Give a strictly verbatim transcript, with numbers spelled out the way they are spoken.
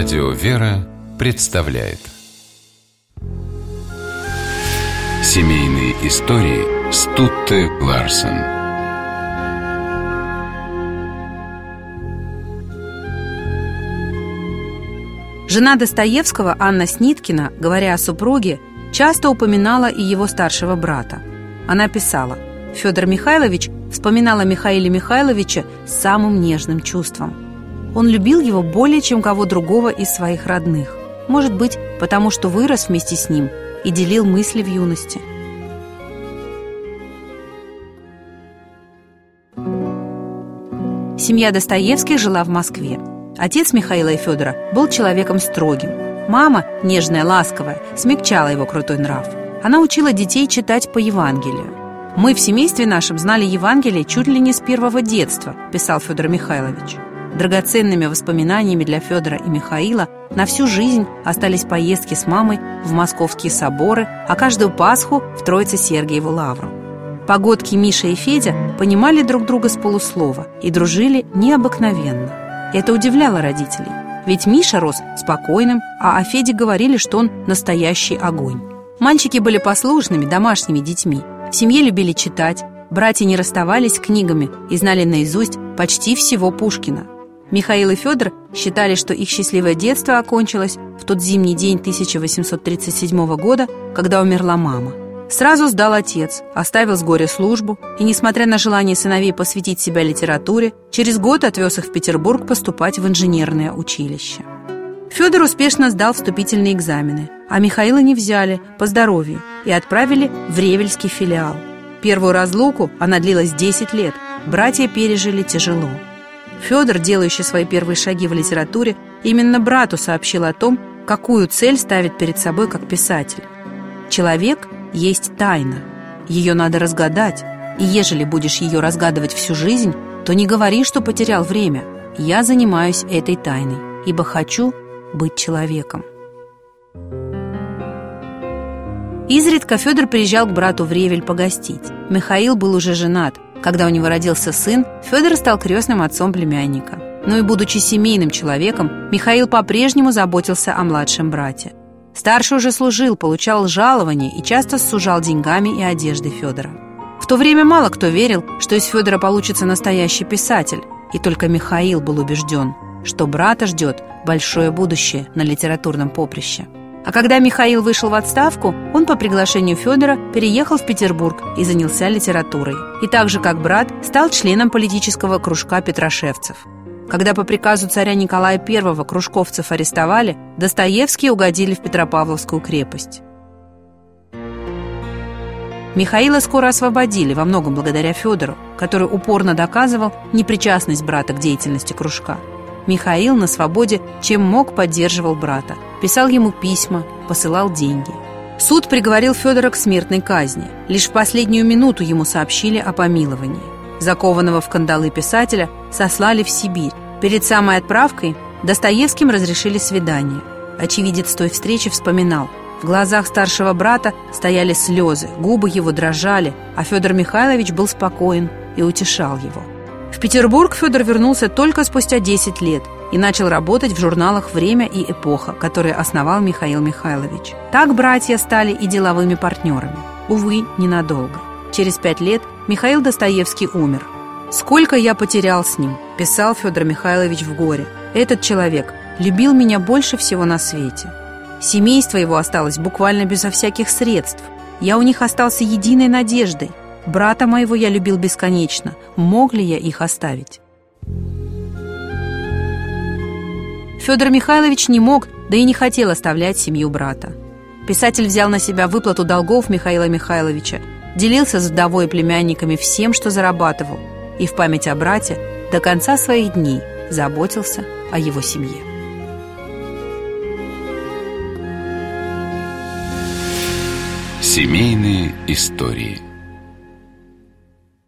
Радио «Вера» представляет Семейные истории Стутте Ларсен. Жена Достоевского, Анна Сниткина, говоря о супруге, часто упоминала и его старшего брата. Она писала: «Федор Михайлович вспоминал о Михаиле Михайловиче с самым нежным чувством. Он любил его более, чем кого другого из своих родных. Может быть, потому что вырос вместе с ним и делил мысли в юности». Семья Достоевских жила в Москве. Отец Михаила и Федора был человеком строгим. Мама, нежная, ласковая, смягчала его крутой нрав. Она учила детей читать по Евангелию. «Мы в семействе нашем знали Евангелие чуть ли не с первого детства», писал Федор Михайлович. Драгоценными воспоминаниями для Федора и Михаила на всю жизнь остались поездки с мамой в московские соборы, а каждую Пасху в Троице-Сергиеву лавру. Погодки Миша и Федя понимали друг друга с полуслова и дружили необыкновенно. Это удивляло родителей, ведь Миша рос спокойным, а о Феде говорили, что он настоящий огонь. Мальчики были послушными, домашними детьми, в семье любили читать, братья не расставались с книгами и знали наизусть почти всего Пушкина. Михаил и Федор считали, что их счастливое детство окончилось в тот зимний день тысяча восемьсот тридцать седьмого года, когда умерла мама. Сразу сдал отец, оставил с горя службу и, несмотря на желание сыновей посвятить себя литературе, через год отвез их в Петербург поступать в инженерное училище. Федор успешно сдал вступительные экзамены, а Михаила не взяли по здоровью и отправили в Ревельский филиал. Первую разлуку, она длилась десять лет, братья пережили тяжело. Федор, делающий свои первые шаги в литературе, именно брату сообщил о том, какую цель ставит перед собой как писатель. «Человек есть тайна, ее надо разгадать, и ежели будешь ее разгадывать всю жизнь, то не говори, что потерял время. Я занимаюсь этой тайной, ибо хочу быть человеком». Изредка Федор приезжал к брату в Ревель погостить. Михаил был уже женат. Когда у него родился сын, Федор стал крестным отцом племянника. Но и будучи семейным человеком, Михаил по-прежнему заботился о младшем брате. Старший уже служил, получал жалование и часто сужал деньгами и одеждой Федора. В то время мало кто верил, что из Федора получится настоящий писатель, и только Михаил был убежден, что брата ждет большое будущее на литературном поприще. А когда Михаил вышел в отставку, он по приглашению Федора переехал в Петербург и занялся литературой. И так же, как брат, стал членом политического кружка петрошевцев. Когда по приказу царя Николая Первого кружковцев арестовали, Достоевские угодили в Петропавловскую крепость. Михаила скоро освободили, во многом благодаря Федору, который упорно доказывал непричастность брата к деятельности кружка. Михаил на свободе чем мог поддерживал брата, писал ему письма, посылал деньги. Суд приговорил Федора к смертной казни. Лишь в последнюю минуту ему сообщили о помиловании. Закованного в кандалы писателя сослали в Сибирь. Перед самой отправкой Достоевским разрешили свидание. Очевидец той встречи вспоминал: в глазах старшего брата стояли слезы, губы его дрожали, а Федор Михайлович был спокоен и утешал его. В Петербург Федор вернулся только спустя десять лет и начал работать в журналах «Время» и «Эпоха», которые основал Михаил Михайлович. Так братья стали и деловыми партнерами. Увы, ненадолго. Через пять лет Михаил Достоевский умер. «Сколько я потерял с ним», – писал Федор Михайлович в горе. «Этот человек любил меня больше всего на свете. Семейство его осталось буквально безо всяких средств. Я у них остался единой надеждой. Брата моего я любил бесконечно. Мог ли я их оставить?» Федор Михайлович не мог, да и не хотел оставлять семью брата. Писатель взял на себя выплату долгов Михаила Михайловича, делился с вдовой и племянниками всем, что зарабатывал, и в память о брате до конца своих дней заботился о его семье. Семейные истории.